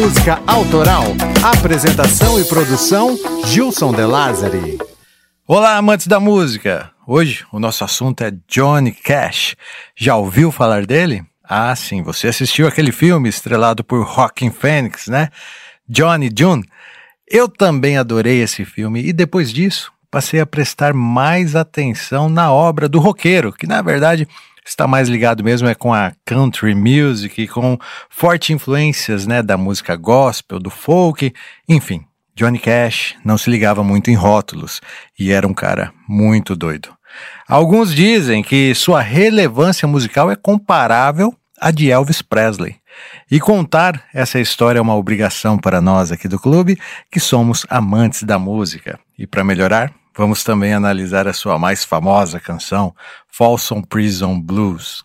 Música Autoral. Apresentação e produção, Gilson De Lázari. Olá, amantes da música! Hoje o nosso assunto é Johnny Cash. Já ouviu falar dele? Ah, sim, você assistiu aquele filme estrelado por Joaquin Phoenix, né? Johnny June. Eu também adorei esse filme e depois disso passei a prestar mais atenção na obra do roqueiro, que na verdade está mais ligado mesmo com a country music, com fortes influências, né, da música gospel, do folk, enfim. Johnny Cash não se ligava muito em rótulos e era um cara muito doido. Alguns dizem que sua relevância musical é comparável à de Elvis Presley. E contar essa história é uma obrigação para nós aqui do clube, que somos amantes da música. E para melhorar, vamos também analisar a sua mais famosa canção, Folsom Prison Blues.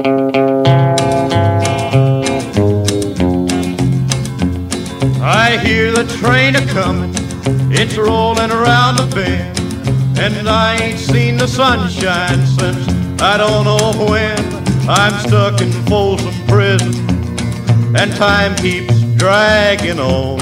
I hear the train a-comin', it's rollin' around the bend, and I ain't seen the sunshine since I don't know when. I'm stuck in Folsom Prison, and time keeps dragging on.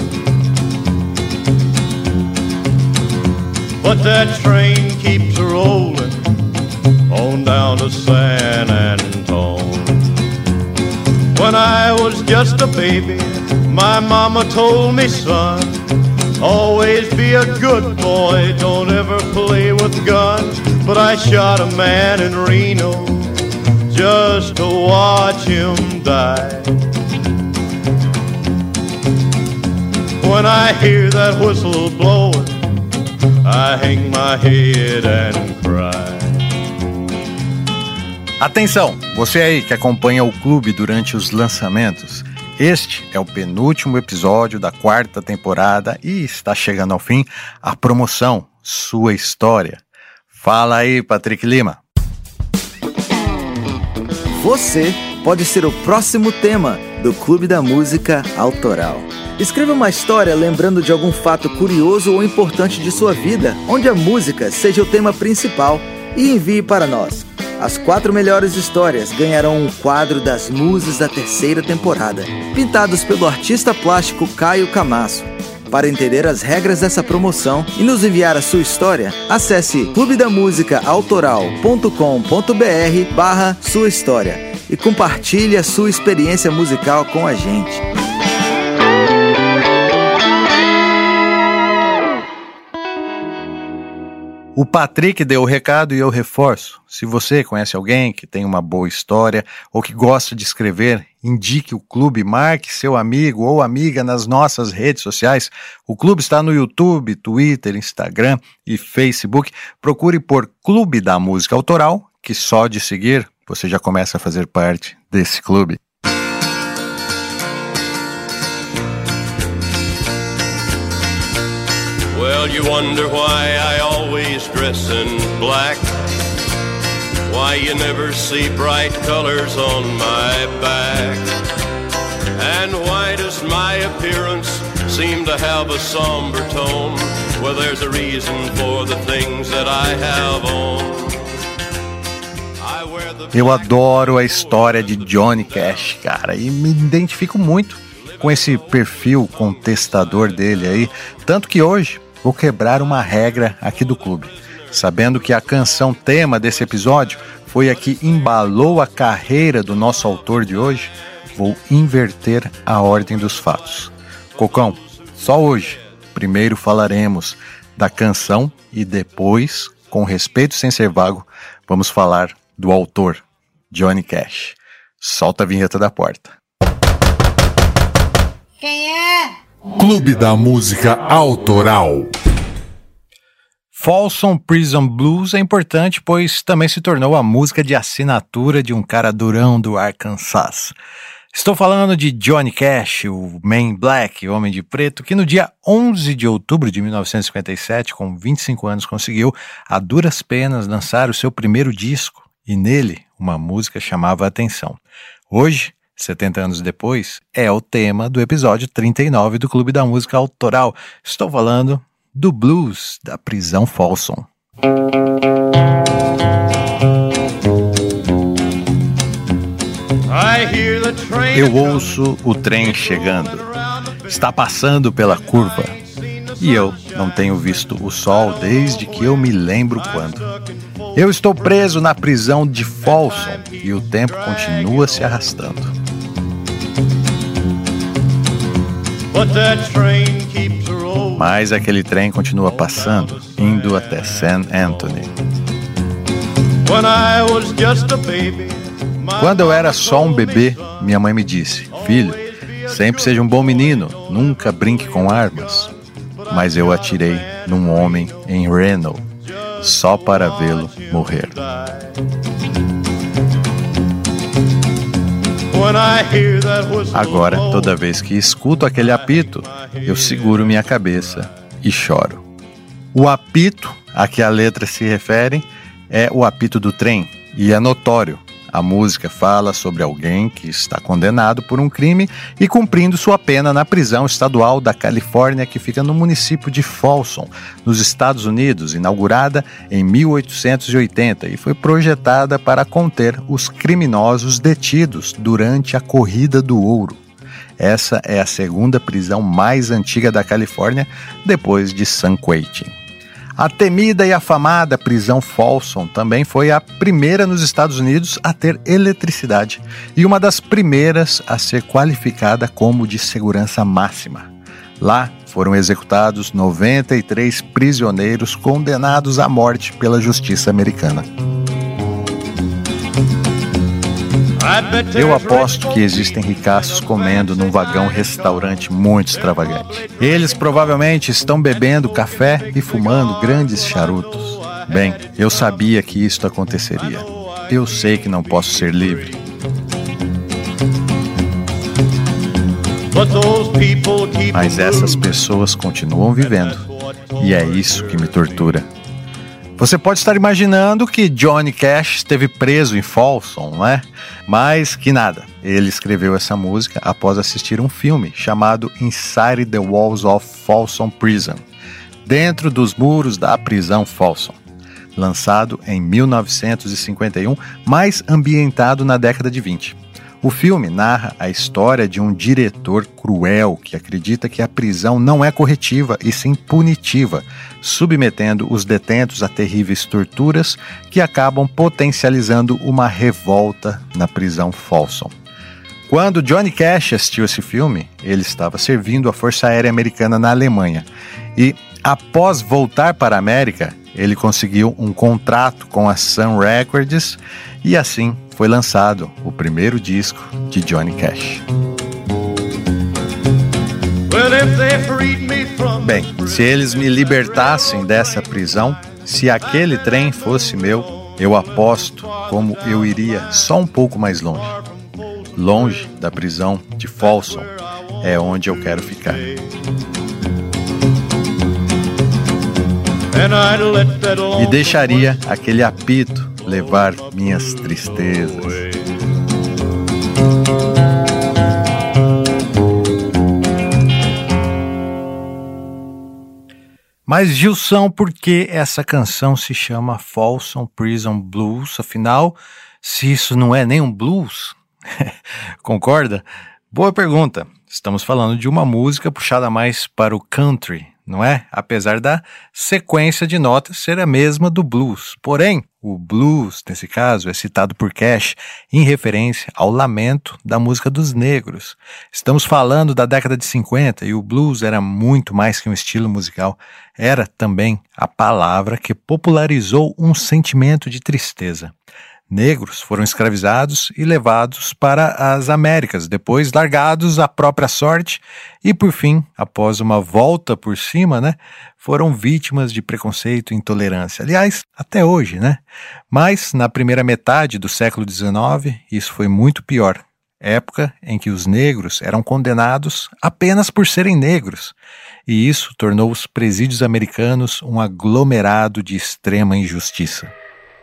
But that train keeps rollin' on down to San Antone. When I was just a baby, my mama told me, son, always be a good boy, don't ever play with guns. But I shot a man in Reno just to watch him die. When I hear that whistle blowing, I hang my head and cry. Atenção, você aí que acompanha o clube durante os lançamentos. Este é o penúltimo episódio da 4ª temporada e está chegando ao fim a promoção Sua História. Fala aí, Patrick Lima. Você pode ser o próximo tema do Clube da Música Autoral. Escreva uma história lembrando de algum fato curioso ou importante de sua vida, onde a música seja o tema principal, e envie para nós. As 4 melhores histórias ganharão um quadro das Musas da 3ª temporada, pintados pelo artista plástico Caio Camasso. Para entender as regras dessa promoção e nos enviar a sua história, acesse clubedamusicaautoral.com.br/sua história e compartilhe a sua experiência musical com a gente. O Patrick deu o recado e eu reforço. Se você conhece alguém que tem uma boa história ou que gosta de escrever, indique o clube, marque seu amigo ou amiga nas nossas redes sociais. O clube está no YouTube, Twitter, Instagram e Facebook. Procure por Clube da Música Autoral, que só de seguir você já começa a fazer parte desse clube. Well, you wonder why I always dress in black, why you never see bright colors on my back, and why does my appearance seem to have a somber tone? Well, there's a reason for the things that I have on. Eu adoro a história de Johnny Cash, cara, e me identifico muito com esse perfil contestador dele aí, tanto que hoje vou quebrar uma regra aqui do clube. Sabendo que a canção tema desse episódio foi a que embalou a carreira do nosso autor de hoje, vou inverter a ordem dos fatos. Cocão, só hoje, primeiro falaremos da canção e depois, com respeito sem ser vago, vamos falar do autor, Johnny Cash. Solta a vinheta da porta. Quem é? Clube da Música Autoral. Folsom Prison Blues é importante, pois também se tornou a música de assinatura de um cara durão do Arkansas. Estou falando de Johnny Cash, o Man Black, Homem de Preto, que no dia 11 de outubro de 1957, com 25 anos, conseguiu, a duras penas, lançar o seu primeiro disco, e nele uma música chamava a atenção. Hoje, 70 anos depois, é o tema do episódio 39 do Clube da Música Autoral. Estou falando do blues da prisão Folsom. Eu ouço o trem chegando. está passando pela curva. E eu não tenho visto o sol desde que eu me lembro quando. Eu estou preso na prisão de Folsom e o tempo continua se arrastando. Mas aquele trem continua passando, indo até San Antonio. Quando eu era só um bebê, minha mãe me disse: filho, sempre seja um bom menino, nunca brinque com armas. Mas eu atirei num homem em Reno, só para vê-lo morrer. Agora, toda vez que escuto aquele apito, eu seguro minha cabeça e choro. O apito a que a letra se refere é o apito do trem, e é notório. A música fala sobre alguém que está condenado por um crime e cumprindo sua pena na prisão estadual da Califórnia, que fica no município de Folsom, nos Estados Unidos, inaugurada em 1880 e foi projetada para conter os criminosos detidos durante a Corrida do Ouro. Essa é a segunda prisão mais antiga da Califórnia, depois de San Quentin. A temida e afamada prisão Folsom também foi a primeira nos Estados Unidos a ter eletricidade e uma das primeiras a ser qualificada como de segurança máxima. Lá foram executados 93 prisioneiros condenados à morte pela justiça americana. Eu aposto que existem ricaços comendo num vagão-restaurante muito extravagante. Eles provavelmente estão bebendo café e fumando grandes charutos. Bem, eu sabia que isto aconteceria. Eu sei que não posso ser livre. Mas essas pessoas continuam vivendo. E é isso que me tortura. Você pode estar imaginando que Johnny Cash esteve preso em Folsom, não é? Mas que nada. Ele escreveu essa música após assistir um filme chamado Inside the Walls of Folsom Prison, Dentro dos Muros da Prisão Folsom, lançado em 1951, mas ambientado na década de 20. O filme narra a história de um diretor cruel que acredita que a prisão não é corretiva e sim punitiva, submetendo os detentos a terríveis torturas que acabam potencializando uma revolta na prisão Folsom. Quando Johnny Cash assistiu esse filme, ele estava servindo a Força Aérea Americana na Alemanha e, após voltar para a América, ele conseguiu um contrato com a Sun Records e assim foi lançado o primeiro disco de Johnny Cash. Bem, se eles me libertassem dessa prisão, se aquele trem fosse meu, eu aposto como eu iria só um pouco mais longe. Longe da prisão de Folsom é onde eu quero ficar. E deixaria aquele apito levar minhas tristezas. Mas, Gilson, por que essa canção se chama Folsom Prison Blues? Afinal, se isso não é nem um blues? Concorda? Boa pergunta. Estamos falando de uma música puxada mais para o country, não é? Apesar da sequência de notas ser a mesma do blues. Porém, o blues, nesse caso, é citado por Cash em referência ao lamento da música dos negros. Estamos falando da década de 50 e o blues era muito mais que um estilo musical. Era também a palavra que popularizou um sentimento de tristeza. Negros foram escravizados e levados para as Américas, depois largados à própria sorte e, por fim, após uma volta por cima, foram vítimas de preconceito e intolerância. Aliás, até hoje, Mas, na primeira metade do século XIX, isso foi muito pior. Época em que os negros eram condenados apenas por serem negros. E isso tornou os presídios americanos um aglomerado de extrema injustiça.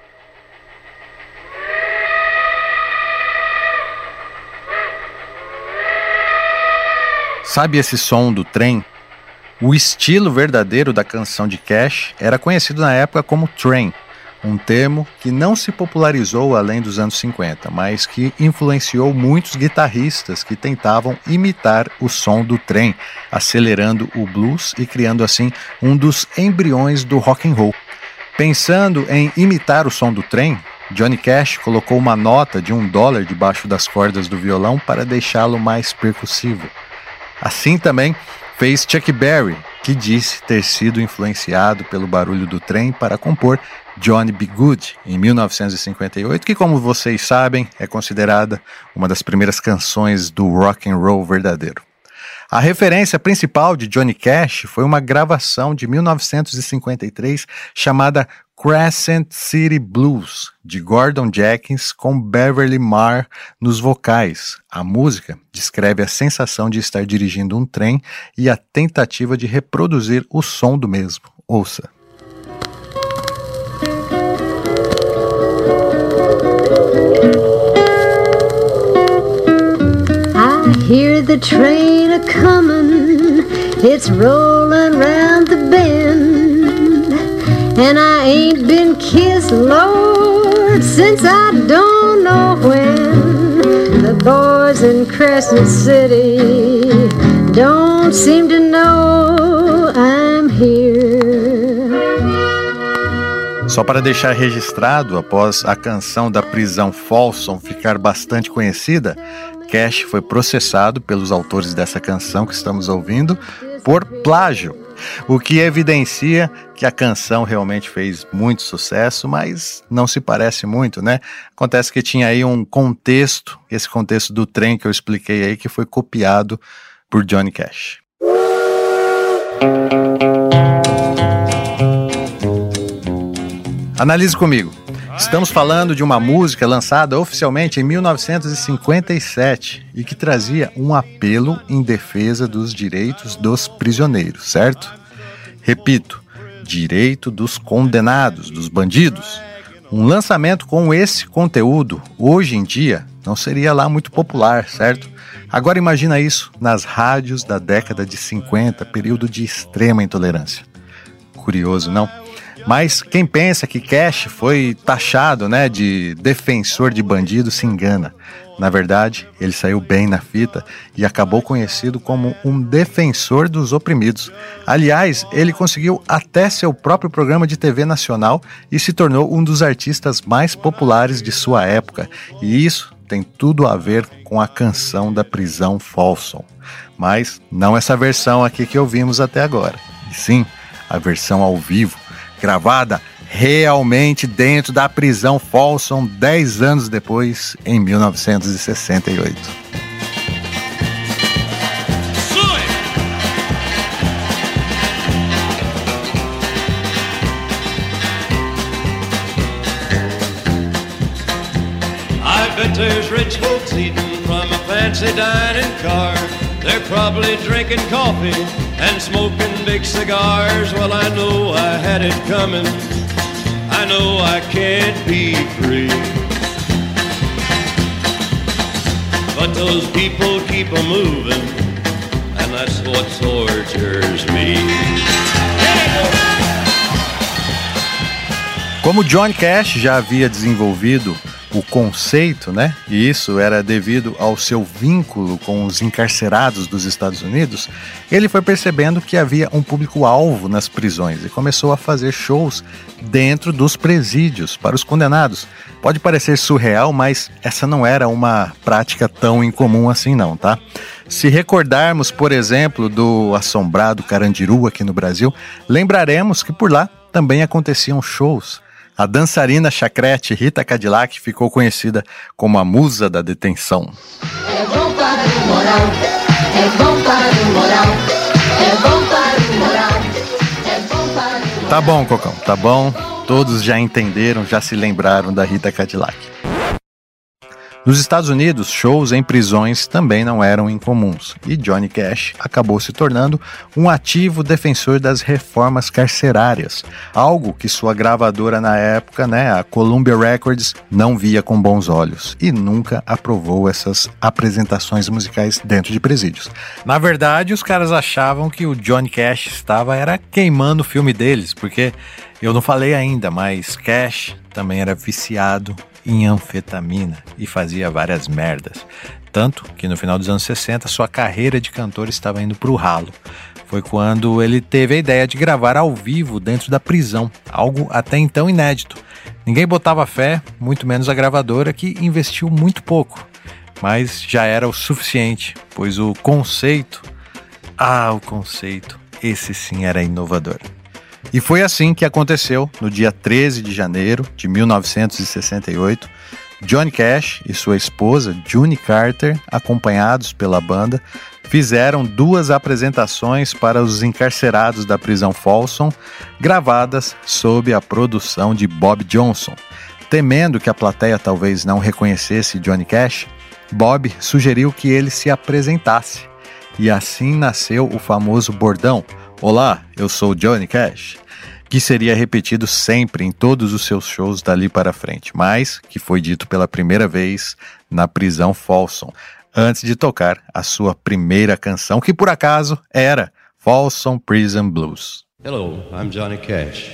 Sabe esse som do trem? O estilo verdadeiro da canção de Cash era conhecido na época como train. um termo que não se popularizou além dos anos 50, mas que influenciou muitos guitarristas que tentavam imitar o som do trem, acelerando o blues e criando assim um dos embriões do rock and roll. Pensando em imitar o som do trem, Johnny Cash colocou uma nota de $1 debaixo das cordas do violão para deixá-lo mais percussivo. Assim também fez Chuck Berry, que disse ter sido influenciado pelo barulho do trem para compor Johnny B. Good, em 1958, que, como vocês sabem, é considerada uma das primeiras canções do rock and roll verdadeiro. A referência principal de Johnny Cash foi uma gravação de 1953 chamada Crescent City Blues, de Gordon Jenkins, com Beverly Marr nos vocais. A música descreve a sensação de estar dirigindo um trem e a tentativa de reproduzir o som do mesmo. Ouça. I hear the train a-comin', it's rollin' round the bend, and I ain't been kissed, Lord, since I don't know when. The boys in Crescent City don't seem to know I'm here. Só para deixar registrado, após a canção da prisão Folsom ficar bastante conhecida, Cash foi processado pelos autores dessa canção que estamos ouvindo por plágio, o que evidencia que a canção realmente fez muito sucesso, mas não se parece muito, né? Acontece que tinha aí um contexto, esse contexto do trem que eu expliquei aí, que foi copiado por Johnny Cash. Analise comigo. Estamos falando de uma música lançada oficialmente em 1957 e que trazia um apelo em defesa dos direitos dos prisioneiros, certo? Repito, direito dos condenados, dos bandidos. Um lançamento com esse conteúdo, hoje em dia, não seria lá muito popular, certo? Agora imagina isso nas rádios da década de 50, período de extrema intolerância. Curioso, não? Mas quem pensa que Cash foi taxado, né, de defensor de bandido se engana. Na verdade, ele saiu bem na fita e acabou conhecido como um defensor dos oprimidos. Aliás, ele conseguiu até seu próprio programa de TV nacional e se tornou um dos artistas mais populares de sua época. E isso tem tudo a ver com a canção da prisão Folsom. Mas não essa versão aqui que ouvimos até agora. E sim, a versão ao vivo, gravada realmente dentro da prisão Folsom 10 anos depois, em 1968. I bet there's rich folks eating from a fancy dining car. They're probably drinking coffee and smoking big cigars. Well, I know I had it coming. I know I can't be free. But those people keep a moving, and that's what tortures me. Como Johnny Cash já havia desenvolvido o conceito, né? E isso era devido ao seu vínculo com os encarcerados dos Estados Unidos, ele foi percebendo que havia um público-alvo nas prisões e começou a fazer shows dentro dos presídios para os condenados. Pode parecer surreal, mas essa não era uma prática tão incomum assim não, tá? Se recordarmos, por exemplo, do assombrado Carandiru aqui no Brasil, lembraremos que por lá também aconteciam shows. A dançarina chacrete Rita Cadillac ficou conhecida como a musa da detenção. É bom para o moral, é bom para o moral, é bom para o moral, é bom para o moral. Tá bom, Cocão, tá bom. Todos já entenderam, já se lembraram da Rita Cadillac. Nos Estados Unidos, shows em prisões também não eram incomuns, e Johnny Cash acabou se tornando um ativo defensor das reformas carcerárias, algo que sua gravadora na época, a Columbia Records, não via com bons olhos e nunca aprovou essas apresentações musicais dentro de presídios. Na verdade, os caras achavam que o Johnny Cash estava queimando o filme deles, porque eu não falei ainda, mas Cash também era viciado em anfetamina e fazia várias merdas. Tanto que no final dos anos 60 sua carreira de cantor estava indo pro ralo. Foi quando ele teve a ideia de gravar ao vivo dentro da prisão, algo até então inédito. Ninguém botava fé, muito menos a gravadora, que investiu muito pouco. Mas já era o suficiente, pois o conceito, esse sim era inovador. E foi assim que aconteceu no dia 13 de janeiro de 1968. Johnny Cash e sua esposa, June Carter, acompanhados pela banda, fizeram 2 apresentações para os encarcerados da prisão Folsom, gravadas sob a produção de Bob Johnson. Temendo que a plateia talvez não reconhecesse Johnny Cash, Bob sugeriu que ele se apresentasse. E assim nasceu o famoso bordão: "Olá, eu sou Johnny Cash", que seria repetido sempre em todos os seus shows dali para frente, mas que foi dito pela primeira vez na prisão Folsom, antes de tocar a sua primeira canção, que por acaso era Folsom Prison Blues. Hello, I'm Johnny Cash.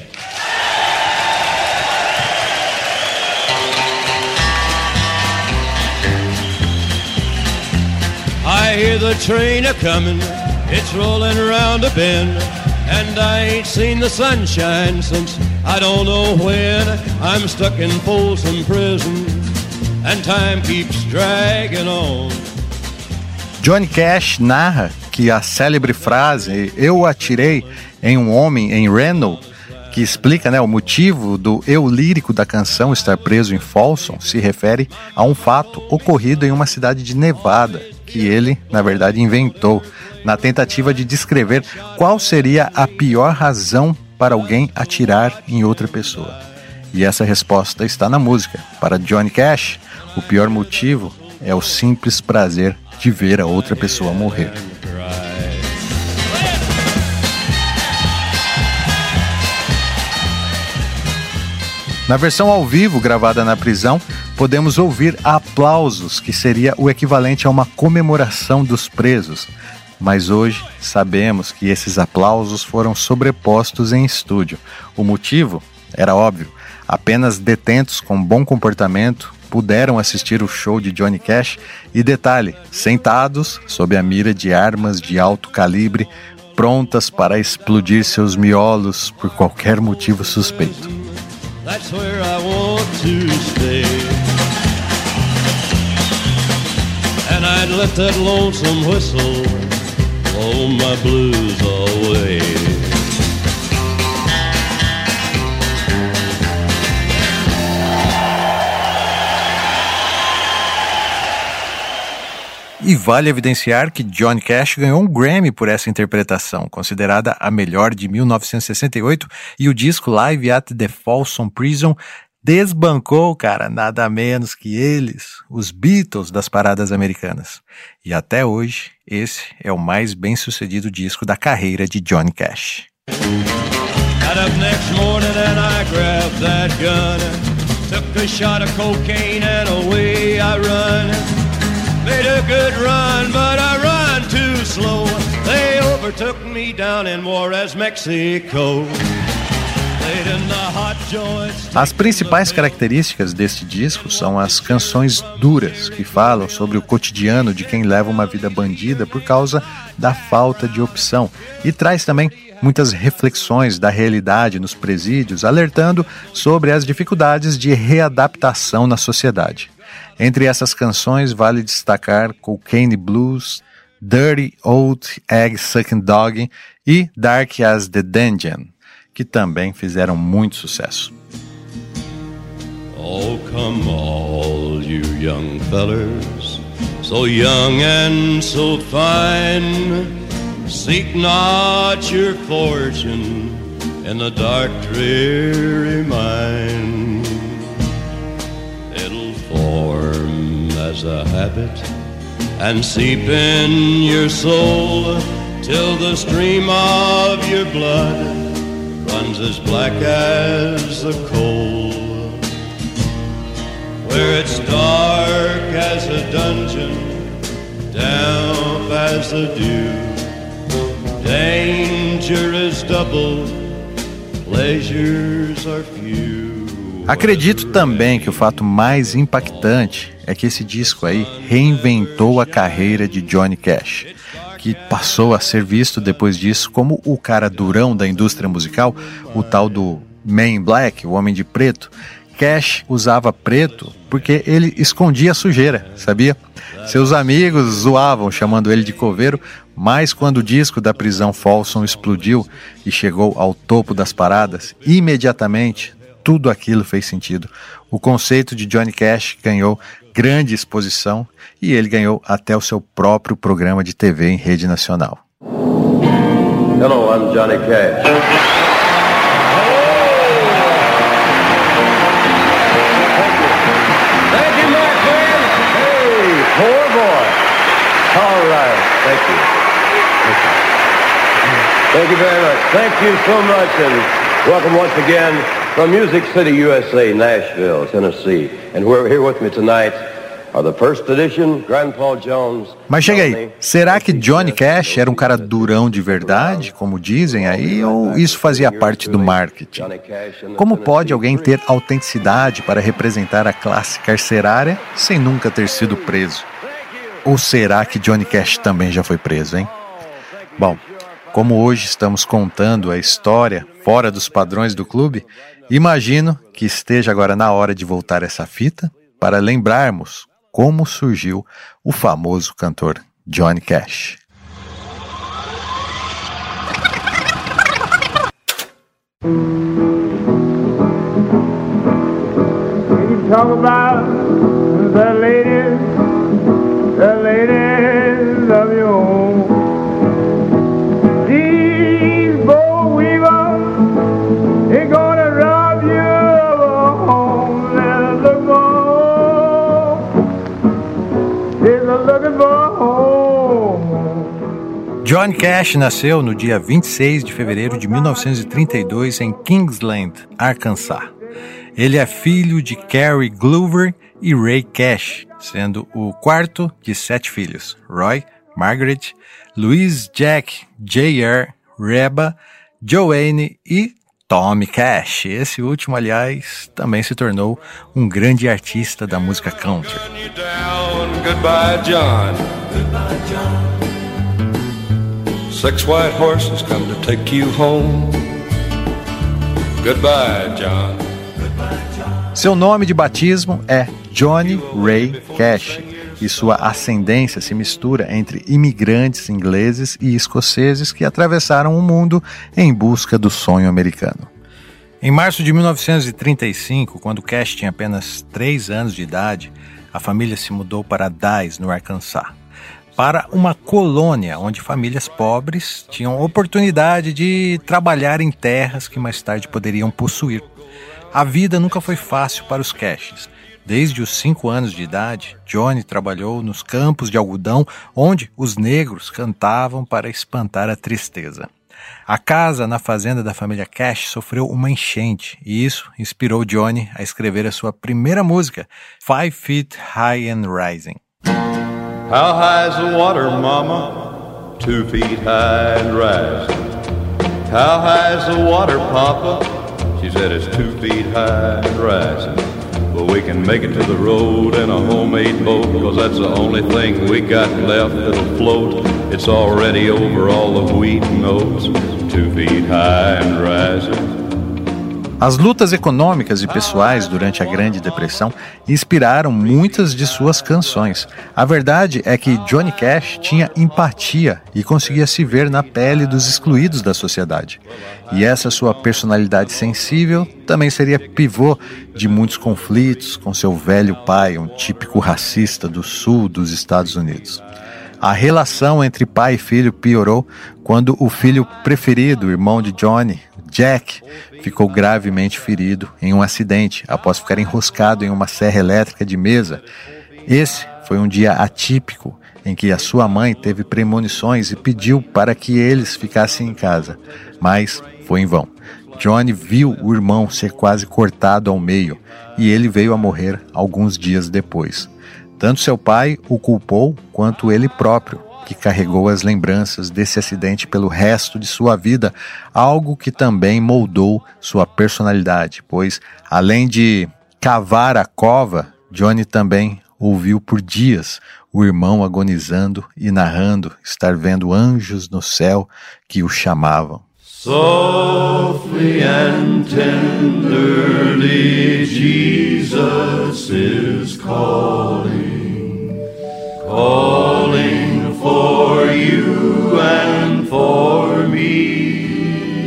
I hear the train a-comin', it's rollin' around a bend, and I ain't seen the sunshine since I don't know when. I'm stuck in Folsom Prison, and time keeps dragging on. Johnny Cash narra que a célebre frase "eu atirei em um homem em Reno", que explica o motivo do eu lírico da canção estar preso em Folsom, se refere a um fato ocorrido em uma cidade de Nevada, que ele, na verdade, inventou, na tentativa de descrever qual seria a pior razão para alguém atirar em outra pessoa. E essa resposta está na música. Para Johnny Cash, o pior motivo é o simples prazer de ver a outra pessoa morrer. Na versão ao vivo, gravada na prisão, podemos ouvir aplausos, que seria o equivalente a uma comemoração dos presos. Mas hoje sabemos que esses aplausos foram sobrepostos em estúdio. O motivo era óbvio: apenas detentos com bom comportamento puderam assistir o show de Johnny Cash e, detalhe, sentados sob a mira de armas de alto calibre, prontas para explodir seus miolos por qualquer motivo suspeito. That's where I want to stay. And I'd let that lonesome whistle blow my blues away. E vale evidenciar que Johnny Cash ganhou um Grammy por essa interpretação, considerada a melhor de 1968, e o disco Live at the Folsom Prison desbancou, nada menos que eles, os Beatles das paradas americanas. E até hoje, esse é o mais bem-sucedido disco da carreira de Johnny Cash. Got up next morning and I grabbed that gun, took a shot of cocaine and away I run. Made a good run, but I run too slow. They overtook me down in Juarez, Mexico. As principais características deste disco são as canções duras, que falam sobre o cotidiano de quem leva uma vida bandida por causa da falta de opção, e traz também muitas reflexões da realidade nos presídios, alertando sobre as dificuldades de readaptação na sociedade. Entre essas canções vale destacar Cocaine Blues, Dirty Old Egg Sucking Dog e Dark as the Dungeon, que também fizeram muito sucesso. Oh, come all you young fellers, so young and so fine, seek not your fortune in the dark dreary mine. It'll form as a habit and seep in your soul till the stream of your blood runs as black as the coal. Where it's dark as a dungeon, damp as the dew, danger is double, pleasures are few. Acredito também que o fato mais impactante é que esse disco aí reinventou a carreira de Johnny Cash, que passou a ser visto depois disso como o cara durão da indústria musical, o tal do Man in Black, o Homem de Preto. Cash usava preto porque ele escondia a sujeira, sabia? Seus amigos zoavam chamando ele de coveiro, mas quando o disco da prisão Folsom explodiu e chegou ao topo das paradas, imediatamente tudo aquilo fez sentido. O conceito de Johnny Cash ganhou grande exposição e ele ganhou até o seu próprio programa de TV em rede nacional. Hello, I'm Johnny Cash. Thank you, my friend. Hey, poor boy. All right, thank you. Thank you very much. Thank you so much, and welcome once again from Music City, USA, Nashville, Tennessee. And we're here with me tonight are the first edition, Grandpa Jones. Mas chega aí, será que Johnny Cash era um cara durão de verdade, como dizem aí, ou isso fazia parte do marketing? Como pode alguém ter autenticidade para representar a classe carcerária sem nunca ter sido preso? Ou será que Johnny Cash também já foi preso, hein? Bom, como hoje estamos contando a história fora dos padrões do clube, imagino que esteja agora na hora de voltar essa fita para lembrarmos como surgiu o famoso cantor Johnny Cash. You talk about the ladies of your home. These bold weavers, they're gonna rob you of a home. They're looking for a home. Johnny Cash nasceu no dia 26 de fevereiro de 1932 em Kingsland, Arkansas. Ele é filho de Carrie Glover e Ray Cash, sendo o quarto de 7 filhos: Roy, Margaret, Louise, Jack, J.R., Reba, Joanne e Tommy Cash. Esse último, aliás, também se tornou um grande artista da música country. Goodbye, John. 6 white horses come to take you home. Goodbye, John. Seu nome de batismo é Johnny Ray Cash e sua ascendência se mistura entre imigrantes ingleses e escoceses que atravessaram o mundo em busca do sonho americano. Em março de 1935, quando Cash tinha apenas 3 anos de idade, a família se mudou para Dyce, no Arkansas, para uma colônia onde famílias pobres tinham oportunidade de trabalhar em terras que mais tarde poderiam possuir. A vida nunca foi fácil para os Cashes. Desde os 5 anos de idade, Johnny trabalhou nos campos de algodão onde os negros cantavam para espantar a tristeza. A casa na fazenda da família Cash sofreu uma enchente e isso inspirou Johnny a escrever a sua primeira música, 5 Feet High and Rising. How high is the water, mama? 2 feet high and rising. How high is the water, papa? She said it's 2 feet high and rising. Well, we can make it to the road in a homemade boat, 'cause that's the only thing we got left that'll float. It's already over all the wheat and oats, 2 feet high and rising. As lutas econômicas e pessoais durante a Grande Depressão inspiraram muitas de suas canções. A verdade é que Johnny Cash tinha empatia e conseguia se ver na pele dos excluídos da sociedade. E essa sua personalidade sensível também seria pivô de muitos conflitos com seu velho pai, um típico racista do sul dos Estados Unidos. A relação entre pai e filho piorou quando o filho preferido, o irmão de Johnny, Jack, ficou gravemente ferido em um acidente após ficar enroscado em uma serra elétrica de mesa. Esse foi um dia atípico em que a sua mãe teve premonições e pediu para que eles ficassem em casa, mas foi em vão. Johnny viu o irmão ser quase cortado ao meio e ele veio a morrer alguns dias depois. Tanto seu pai o culpou quanto ele próprio, que carregou as lembranças desse acidente pelo resto de sua vida, algo que também moldou sua personalidade, pois, além de cavar a cova, Johnny também ouviu por dias o irmão agonizando e narrando estar vendo anjos no céu que o chamavam. Softly and tenderly Jesus is calling, calling for you and for me.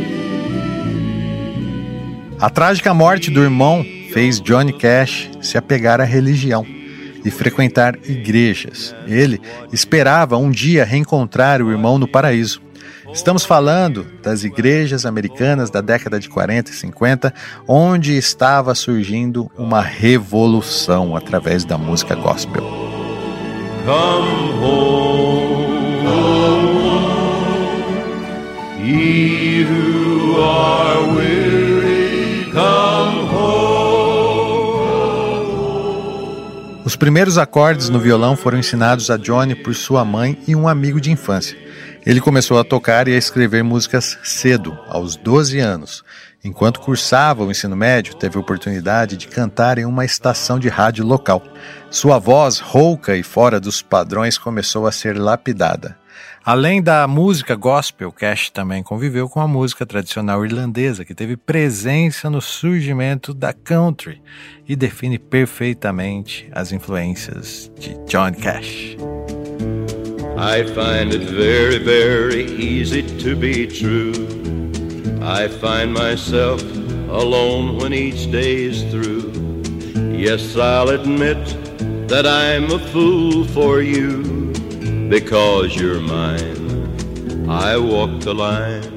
A trágica morte do irmão fez Johnny Cash se apegar à religião e frequentar igrejas. Ele esperava um dia reencontrar o irmão no paraíso. Estamos falando das igrejas americanas da década de 40 e 50, onde estava surgindo uma revolução através da música gospel. Come home, ye who are weary, come home. Os primeiros acordes no violão foram ensinados a Johnny por sua mãe e um amigo de infância. Ele começou a tocar e a escrever músicas cedo, aos 12 anos. Enquanto cursava o ensino médio, teve a oportunidade de cantar em uma estação de rádio local. Sua voz, rouca e fora dos padrões, começou a ser lapidada. Além da música gospel, Cash também conviveu com a música tradicional irlandesa, que teve presença no surgimento da country e define perfeitamente as influências de Johnny Cash. I find it very, very easy to be true. I find myself alone when each day's through. Yes, I'll admit that I'm a fool for you. Because you're mine, I walk the line.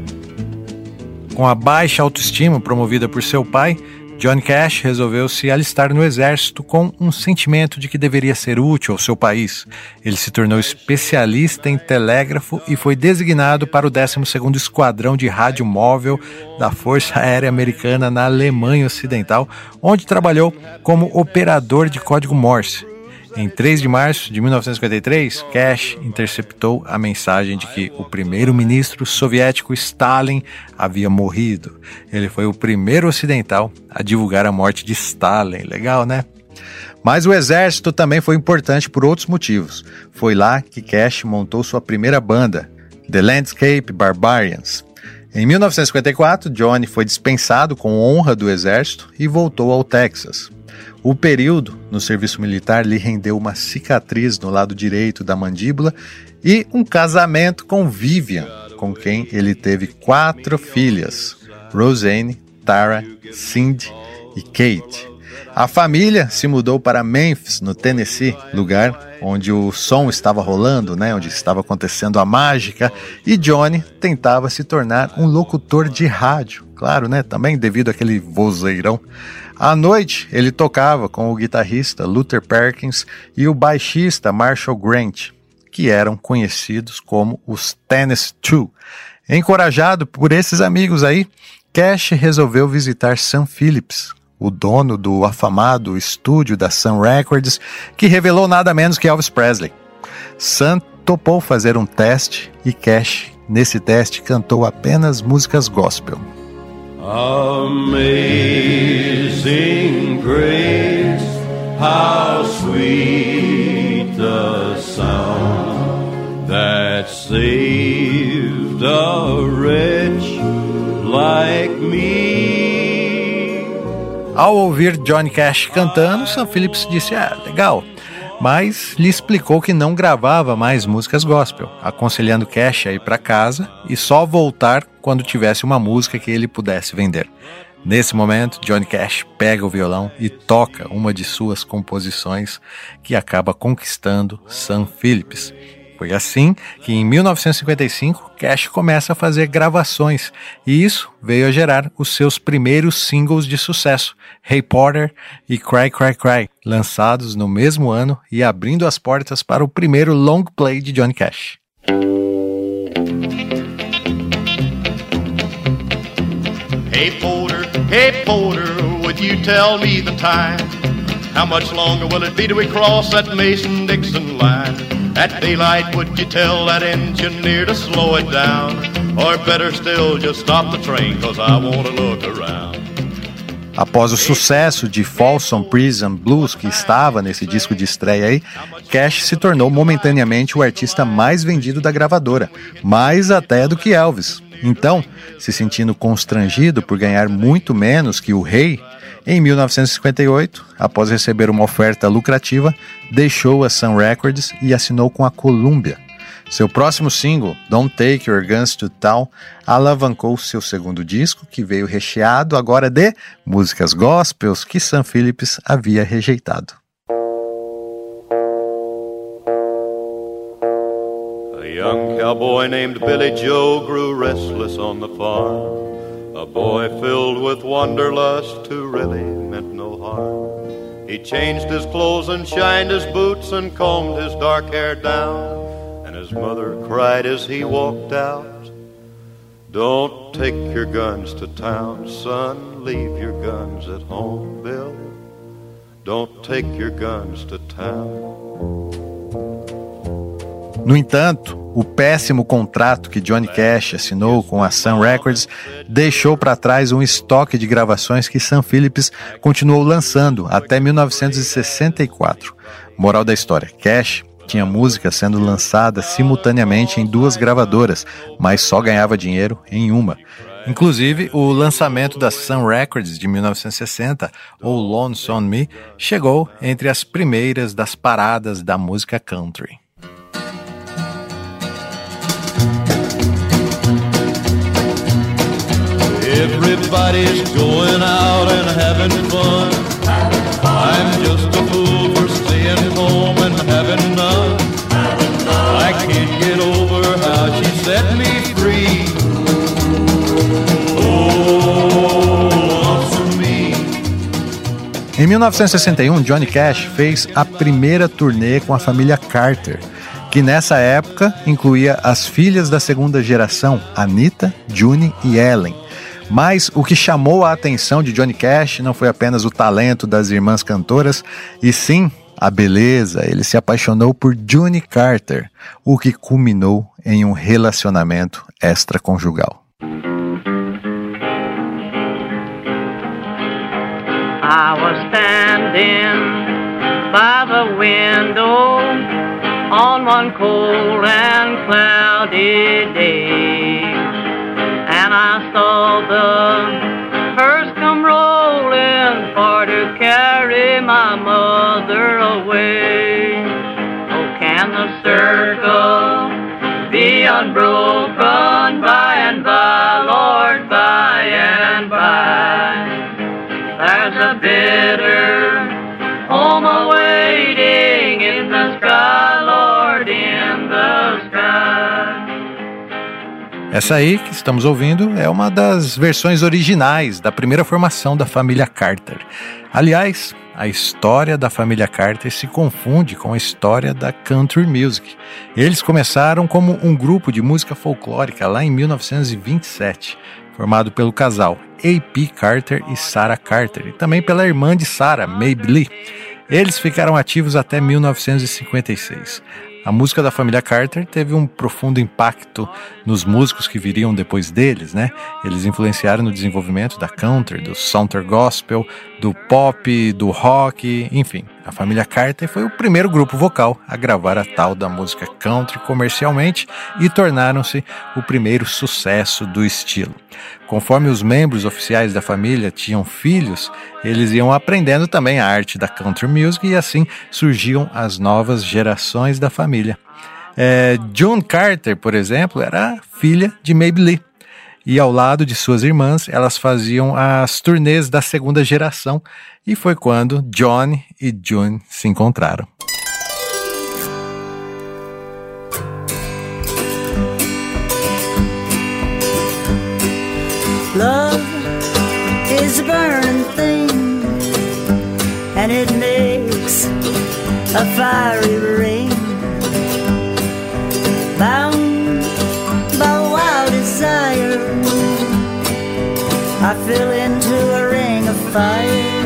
Com a baixa autoestima promovida por seu pai, Johnny Cash resolveu se alistar no exército com um sentimento de que deveria ser útil ao seu país. Ele se tornou especialista em telégrafo e foi designado para o 12º Esquadrão de Rádio Móvel da Força Aérea Americana na Alemanha Ocidental, onde trabalhou como operador de código Morse. Em 3 de março de 1953, Cash interceptou a mensagem de que o primeiro-ministro soviético Stalin havia morrido. Ele foi o primeiro ocidental a divulgar a morte de Stalin. Legal, né? Mas o exército também foi importante por outros motivos. Foi lá que Cash montou sua primeira banda, The Landscape Barbarians. Em 1954, Johnny foi dispensado com honra do exército e voltou ao Texas. O período no serviço militar lhe rendeu uma cicatriz no lado direito da mandíbula e um casamento com Vivian, com quem ele teve 4 filhas, Roseanne, Tara, Cindy e Kate. A família se mudou para Memphis, no Tennessee, lugar onde o som estava rolando, onde estava acontecendo a mágica, e Johnny tentava se tornar um locutor de rádio, claro, também devido àquele vozeirão. À noite, ele tocava com o guitarrista Luther Perkins e o baixista Marshall Grant, que eram conhecidos como os Tennessee Two. Encorajado por esses amigos aí, Cash resolveu visitar Sam Phillips, o dono do afamado estúdio da Sun Records, que revelou nada menos que Elvis Presley. Sam topou fazer um teste e Cash, nesse teste, cantou apenas músicas gospel. Amazing grace, how sweet the sound that saved a wretch like me. Ao ouvir Johnny Cash cantando, Sam Phillips disse, legal, mas lhe explicou que não gravava mais músicas gospel, aconselhando Cash a ir para casa e só voltar quando tivesse uma música que ele pudesse vender. Nesse momento, Johnny Cash pega o violão e toca uma de suas composições que acaba conquistando Sam Phillips. Foi assim que em 1955 Cash começa a fazer gravações e isso veio a gerar os seus primeiros singles de sucesso, Hey Porter e Cry Cry Cry, lançados no mesmo ano e abrindo as portas para o primeiro long play de Johnny Cash. Hey Porter, would you tell me the time? How much longer will it be till we cross that Mason-Dixon line? At daylight, would you tell that engineer to slow it down? Or better still, just stop the train, 'cause I want to look around. Após o sucesso de Folsom Prison Blues, que estava nesse disco de estreia aí, Cash se tornou momentaneamente o artista mais vendido da gravadora, mais até do que Elvis. Então, se sentindo constrangido por ganhar muito menos que o rei, em 1958, após receber uma oferta lucrativa, deixou a Sun Records e assinou com a Columbia. Seu próximo single, Don't Take Your Guns to Town, alavancou seu segundo disco, que veio recheado agora de músicas gospels que Sam Phillips havia rejeitado. A young cowboy named Billy Joe grew restless on the farm. A boy filled with wanderlust who really meant no harm. He changed his clothes and shined his boots and combed his dark hair down. And his mother cried as he walked out, "Don't take your guns to town, son. Leave your guns at home, Bill. Don't take your guns to town." No entanto, o péssimo contrato que Johnny Cash assinou com a Sun Records deixou para trás um estoque de gravações que Sam Phillips continuou lançando até 1964. Moral da história, Cash tinha música sendo lançada simultaneamente em duas gravadoras, mas só ganhava dinheiro em uma. Inclusive, o lançamento da Sun Records de 1960, ou Lonesome Me, chegou entre as primeiras das paradas da música country. Everybody's going out and having fun. I'm just a fool for staying home and having none. I can't get over how she set me free. Oh, lonesome me. Em 1961, Johnny Cash fez a primeira turnê com a família Carter, que nessa época incluía as filhas da segunda geração, Anita, June e Ellen. Mas o que chamou a atenção de Johnny Cash não foi apenas o talento das irmãs cantoras, e sim a beleza. Ele se apaixonou por June Carter, o que culminou em um relacionamento extraconjugal. I was standing by the window on one cold and cloudy day, and I saw the hearse come rolling for to carry my mother away. Oh, can the circle be unbroken by and by, Lord, by and by? There's a bitter home awaiting in the sky, Lord, in the sky. Essa aí que estamos ouvindo é uma das versões originais da primeira formação da família Carter. Aliás, a história da família Carter se confunde com a história da country music. Eles começaram como um grupo de música folclórica lá em 1927, formado pelo casal A.P. Carter e Sarah Carter, e também pela irmã de Sarah, Mabe Lee. Eles ficaram ativos até 1956. A música da família Carter teve um profundo impacto nos músicos que viriam depois deles, né? Eles influenciaram no desenvolvimento da country, do Southern Gospel, do pop, do rock, enfim. A família Carter foi o primeiro grupo vocal a gravar a tal da música country comercialmente e tornaram-se o primeiro sucesso do estilo. Conforme os membros oficiais da família tinham filhos, eles iam aprendendo também a arte da country music e assim surgiam as novas gerações da família. June Carter, por exemplo, era filha de Mabe Lee. E ao lado de suas irmãs, elas faziam as turnês da segunda geração, e foi quando John e June se encontraram. it makes a fiery ring, bound by wild desire. I fell into a ring of fire.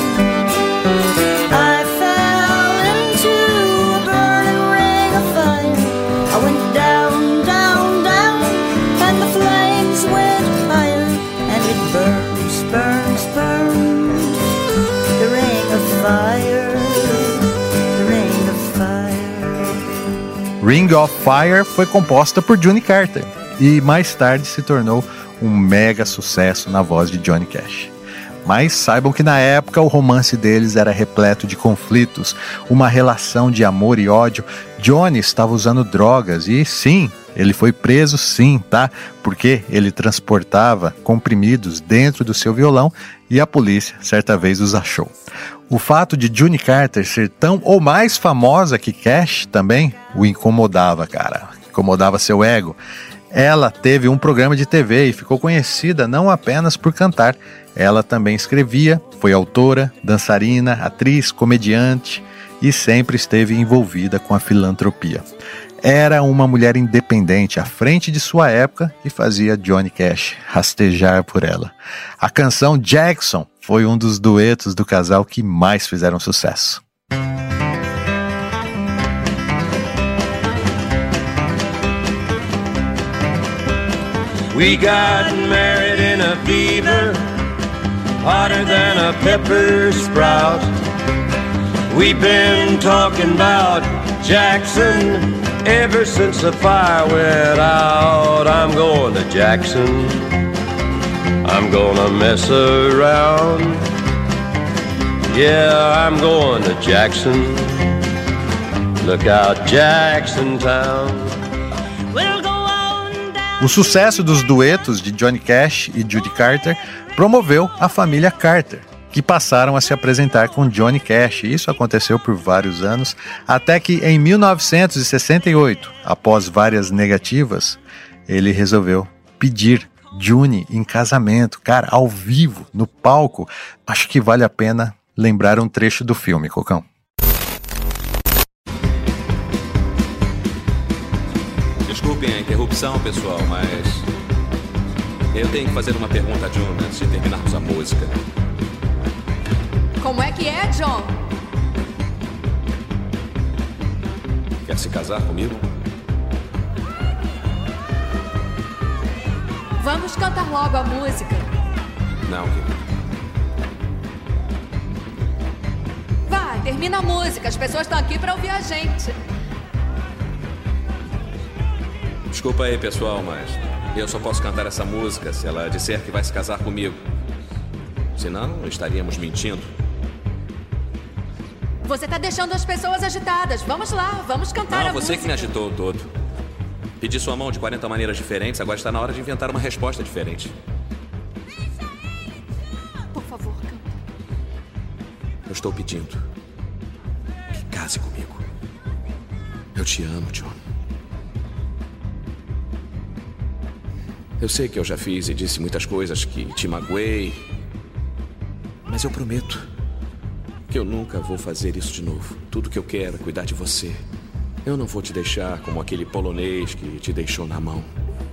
I fell into a burning ring of fire. I went down, down, down, and the flames went higher, and it burns, burns, burns. The ring of fire, the ring of fire. Ring of Fire foi composta por Johnny Carter e mais tarde se tornou um mega sucesso na voz de Johnny Cash. Mas saibam que na época o romance deles era repleto de conflitos, uma relação de amor e ódio. Johnny estava usando drogas e sim, ele foi preso sim, tá? Porque ele transportava comprimidos dentro do seu violão e a polícia certa vez os achou. O fato de Johnny Carter ser tão ou mais famosa que Cash também o incomodava, cara. Incomodava seu ego. Ela teve um programa de TV e ficou conhecida não apenas por cantar. Ela também escrevia, foi autora, dançarina, atriz, comediante e sempre esteve envolvida com a filantropia. Era uma mulher independente à frente de sua época e fazia Johnny Cash rastejar por ela. A canção Jackson foi um dos duetos do casal que mais fizeram sucesso. We got married in a fever, hotter than a pepper sprout. We've been talking about Jackson ever since the fire went out. I'm going to Jackson, I'm gonna mess around. Yeah, I'm going to Jackson, look out Jackson Town. O sucesso dos duetos de Johnny Cash e Judy Carter promoveu a família Carter, que passaram a se apresentar com Johnny Cash. Isso aconteceu por vários anos, até que em 1968, após várias negativas, ele resolveu pedir Johnny em casamento, cara, ao vivo, no palco. Acho que vale a pena lembrar um trecho do filme, Cocão. Desculpem a interrupção, pessoal, mas eu tenho que fazer uma pergunta a John antes de terminarmos a música. Como é que é, John? Quer se casar comigo? Vamos cantar logo a música. Não, querido. Vai, termina a música. As pessoas estão aqui para ouvir a gente. Desculpa aí, pessoal, mas eu só posso cantar essa música se ela disser que vai se casar comigo. Senão, estaríamos mentindo. Você tá deixando as pessoas agitadas. Vamos lá, vamos cantar a música. Não, você que me agitou todo. Pedi sua mão de 40 maneiras diferentes, agora está na hora de inventar uma resposta diferente. Por favor, canta. Eu estou pedindo que case comigo. Eu te amo, John. Eu sei que eu já fiz e disse muitas coisas que te magoei, mas eu prometo que eu nunca vou fazer isso de novo. Tudo que eu quero é cuidar de você. Eu não vou te deixar como aquele polonês que te deixou na mão.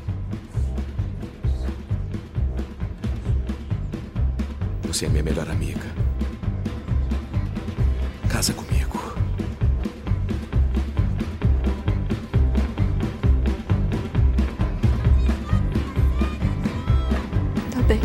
Você é minha melhor amiga. Casa comigo. Tá bem.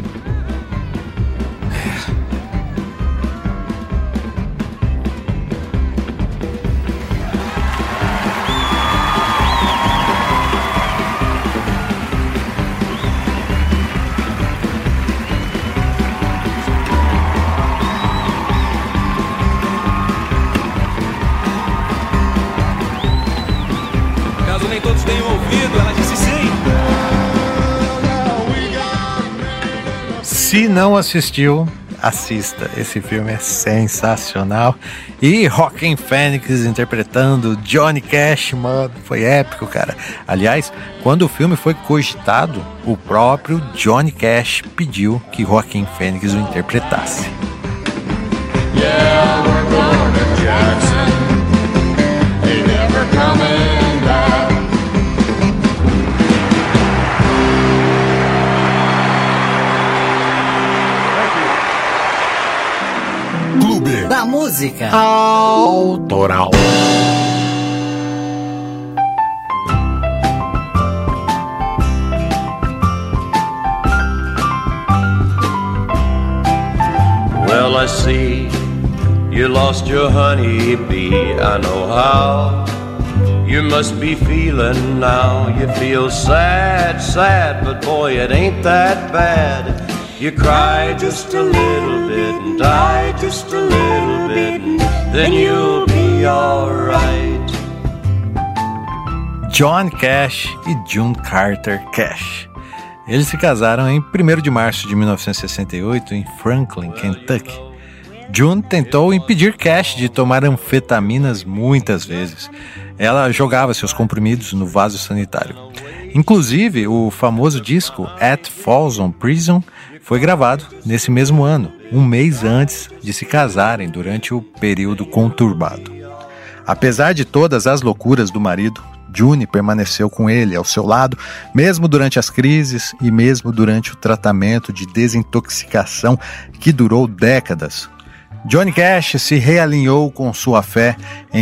Se não assistiu, assista. Esse filme é sensacional. E Joaquin Phoenix interpretando Johnny Cash, mano, foi épico, cara. Aliás, quando o filme foi cogitado, o próprio Johnny Cash pediu que Joaquin Phoenix o interpretasse. Yeah, we're going to Jackson. Ain't never coming back. Clube da Música Autoral. Well, I see you lost your honeybee. I know how you must be feeling now. You feel sad, sad, but boy, it ain't that bad. You cry just a little bit and die just a little bit, and then you'll be alright. John Cash e June Carter Cash. Eles se casaram em 1º de março de 1968 em Franklin, Kentucky. June tentou impedir Cash de tomar anfetaminas muitas vezes. Ela jogava seus comprimidos no vaso sanitário. Inclusive, o famoso disco At Folsom Prison foi gravado nesse mesmo ano, um mês antes de se casarem, durante o período conturbado. Apesar de todas as loucuras do marido, June permaneceu com ele ao seu lado, mesmo durante as crises e mesmo durante o tratamento de desintoxicação que durou décadas. Johnny Cash se realinhou com sua fé em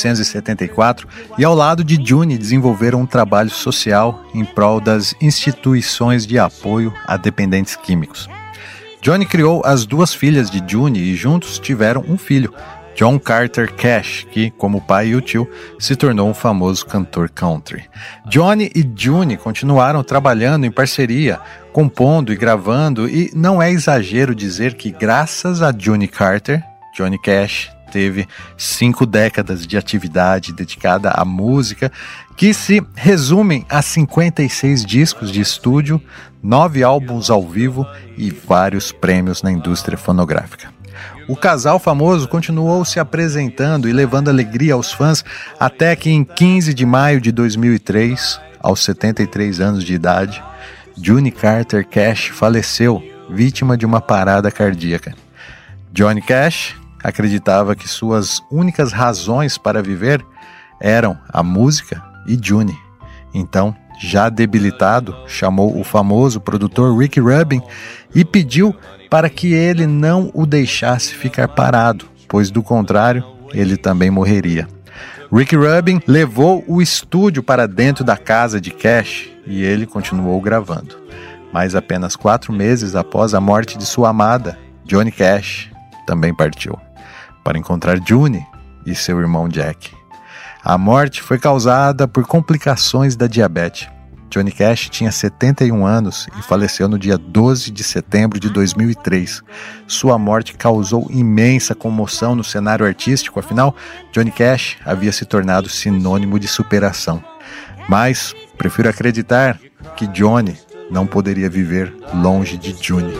1974 e, ao lado de June, desenvolveram um trabalho social em prol das instituições de apoio a dependentes químicos. Johnny criou as 2 filhas de June e juntos tiveram um filho, John Carter Cash, que, como o pai e o tio, se tornou um famoso cantor country. Johnny e June continuaram trabalhando em parceria, compondo e gravando, e não é exagero dizer que, graças a Johnny Carter, Johnny Cash teve 5 décadas de atividade dedicada à música, que se resumem a 56 discos de estúdio, 9 álbuns ao vivo e vários prêmios na indústria fonográfica. O casal famoso continuou se apresentando e levando alegria aos fãs até que, em 15 de maio de 2003, aos 73 anos de idade, Johnny Carter Cash faleceu, vítima de uma parada cardíaca. Johnny Cash acreditava que suas únicas razões para viver eram a música e June. Então, já debilitado, chamou o famoso produtor Rick Rubin e pediu para que ele não o deixasse ficar parado, pois do contrário, ele também morreria. Rick Rubin levou o estúdio para dentro da casa de Cash e ele continuou gravando. Mas apenas 4 meses após a morte de sua amada, Johnny Cash também partiu, para encontrar June e seu irmão Jack. A morte foi causada por complicações da diabetes. Johnny Cash tinha 71 anos e faleceu no dia 12 de setembro de 2003. Sua morte causou imensa comoção no cenário artístico, afinal, Johnny Cash havia se tornado sinônimo de superação. Mas prefiro acreditar que Johnny não poderia viver longe de June.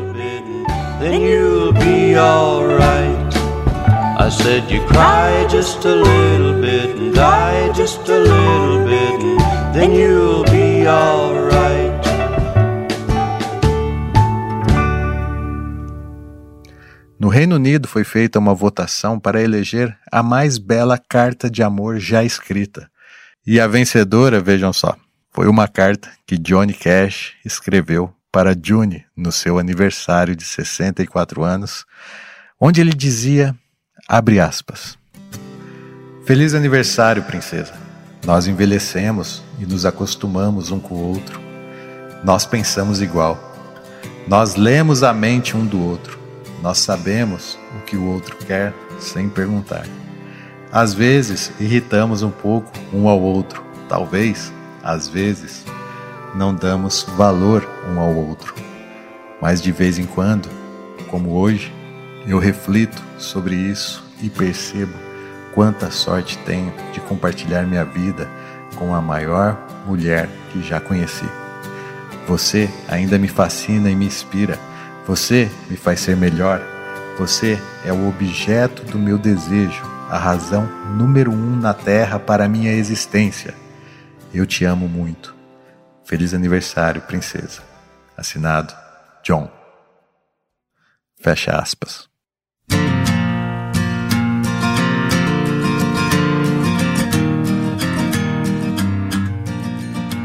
Then you'll be alright. I said you cry just a little bit and die just a little bit, and then you'll be alright. No Reino Unido foi feita uma votação para eleger a mais bela carta de amor já escrita. E a vencedora, vejam só, foi uma carta que Johnny Cash escreveu para June no seu aniversário de 64 anos, onde ele dizia, abre aspas, feliz aniversário, princesa. Nós envelhecemos e nos acostumamos um com o outro. Nós pensamos igual. Nós lemos a mente um do outro. Nós sabemos o que o outro quer sem perguntar. Às vezes, irritamos um pouco um ao outro. Talvez, às vezes, não damos valor um ao outro. Mas de vez em quando, como hoje, eu reflito sobre isso e percebo quanta sorte tenho de compartilhar minha vida com a maior mulher que já conheci. Você ainda me fascina e me inspira. Você me faz ser melhor. Você é o objeto do meu desejo, a razão número 1 na Terra para a minha existência. Eu te amo muito. Feliz aniversário, princesa. Assinado, John. Fecha aspas.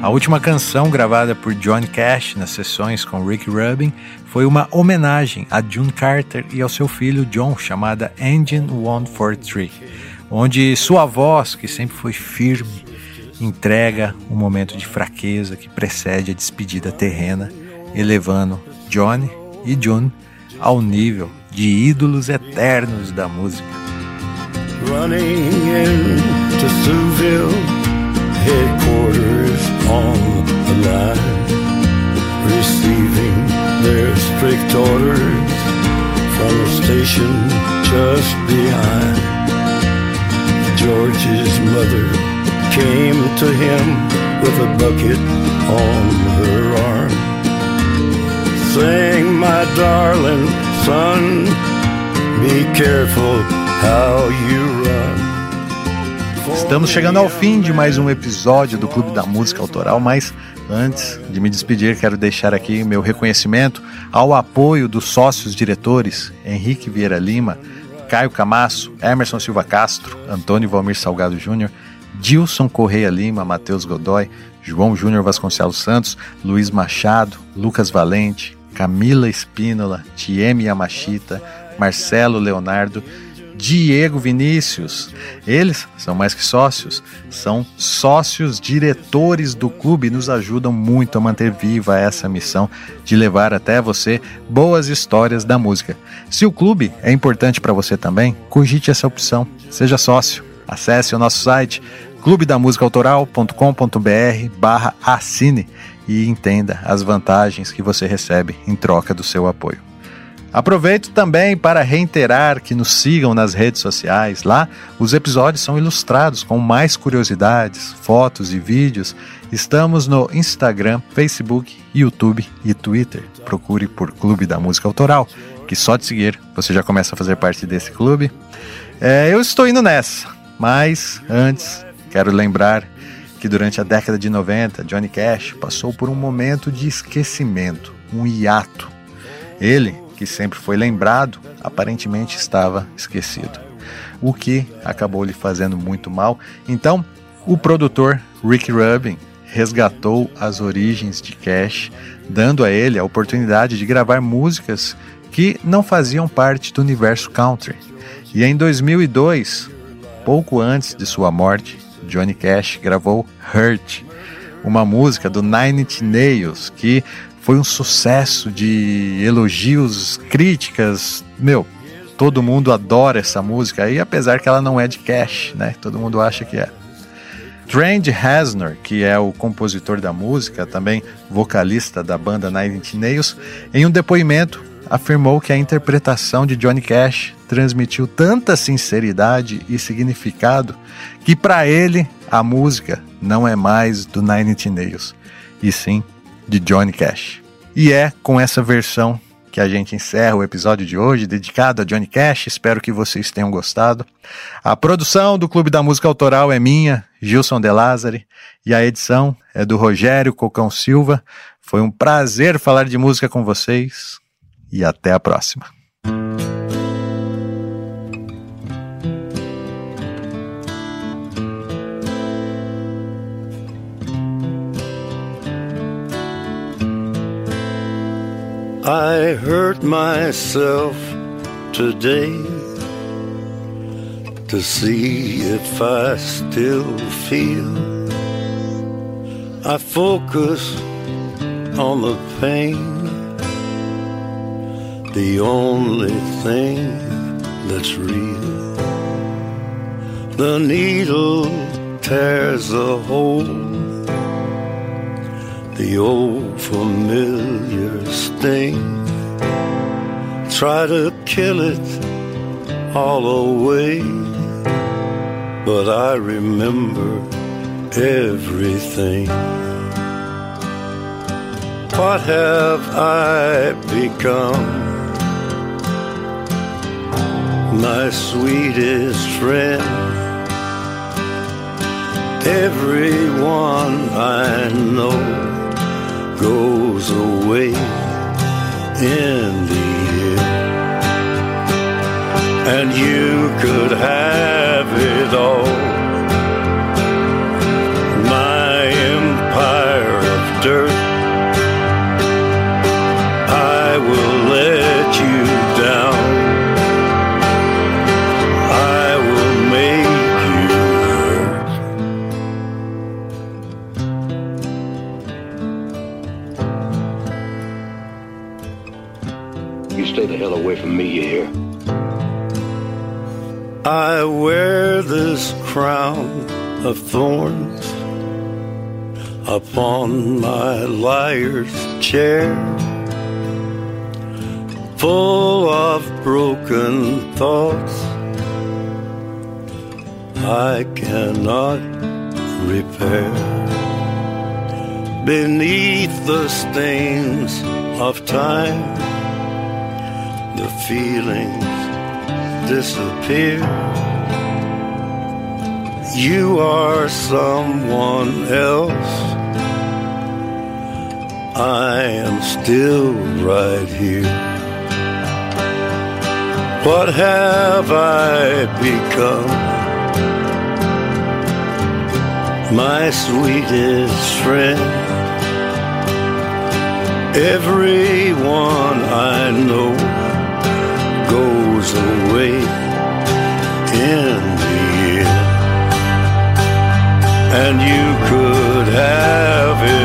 A última canção gravada por Johnny Cash nas sessões com Rick Rubin foi uma homenagem a June Carter e ao seu filho John, chamada Engine 143, onde sua voz, que sempre foi firme, entrega um momento de fraqueza que precede a despedida terrena, elevando Johnny e June ao nível de ídolos eternos da música. Running into Souville, headquarters on the line, receiving their strict orders from the station just behind. George's mother came to him with a bucket on her arm, saying, "My darling son, be careful how you run." Estamos chegando ao fim de mais um episódio do Clube da Música Autoral, mas antes de me despedir, quero deixar aqui meu reconhecimento ao apoio dos sócios diretores Henrique Vieira Lima, Caio Camasso, Emerson Silva Castro, Antônio Valmir Salgado Júnior, Dilson Correia Lima, Matheus Godoy, João Júnior Vasconcelos Santos, Luiz Machado, Lucas Valente, Camila Espínola, Tieme Yamashita, Marcelo Leonardo, Diego Vinícius. Eles são mais que sócios, são sócios diretores do clube e nos ajudam muito a manter viva essa missão de levar até você boas histórias da música. Se o clube é importante para você também, cogite essa opção, seja sócio. Acesse o nosso site clubedamusicaautoral.com.br/assine e entenda as vantagens que você recebe em troca do seu apoio. Aproveito também para reiterar que nos sigam nas redes sociais. Lá, os episódios são ilustrados com mais curiosidades, fotos e vídeos. Estamos no Instagram, Facebook, YouTube e Twitter. Procure por Clube da Música Autoral, que só de seguir você já começa a fazer parte desse clube. Eu estou indo nessa, mas antes quero lembrar que durante a década de 90, Johnny Cash passou por um momento de esquecimento, um hiato. Ele, que sempre foi lembrado, aparentemente estava esquecido, o que acabou lhe fazendo muito mal. Então, o produtor Rick Rubin resgatou as origens de Cash, dando a ele a oportunidade de gravar músicas que não faziam parte do universo country. E em 2002, pouco antes de sua morte, Johnny Cash gravou Hurt, uma música do Nine Inch Nails que foi um sucesso de elogios, críticas. Todo mundo adora essa música aí, apesar que ela não é de Cash, né? Todo mundo acha que é. Trent Reznor, que é o compositor da música, também vocalista da banda Nine Inch Nails, em um depoimento afirmou que a interpretação de Johnny Cash transmitiu tanta sinceridade e significado que para ele a música não é mais do Nine Inch Nails, e sim de Johnny Cash. E é com essa versão que a gente encerra o episódio de hoje, dedicado a Johnny Cash. Espero que vocês tenham gostado. A produção do Clube da Música Autoral é minha, Gilson De Lázari, e a edição é do Rogério Cocão Silva. Foi um prazer falar de música com vocês e até a próxima. I hurt myself today to see if I still feel. I focus on the pain, the only thing that's real. The needle tears a hole, the old familiar sting. Try to kill it all away, but I remember everything. What have I become? My sweetest friend. Everyone I know goes away in the end, and you could have it all. My empire You stay the hell away from me, you hear? I wear this crown of thorns upon my liar's chair, full of broken thoughts I cannot repair. Beneath the stains of time, the feelings disappear. You are someone else. I am still right here. What have I become? My sweetest friend. Everyone I know goes away in the end, and you could have it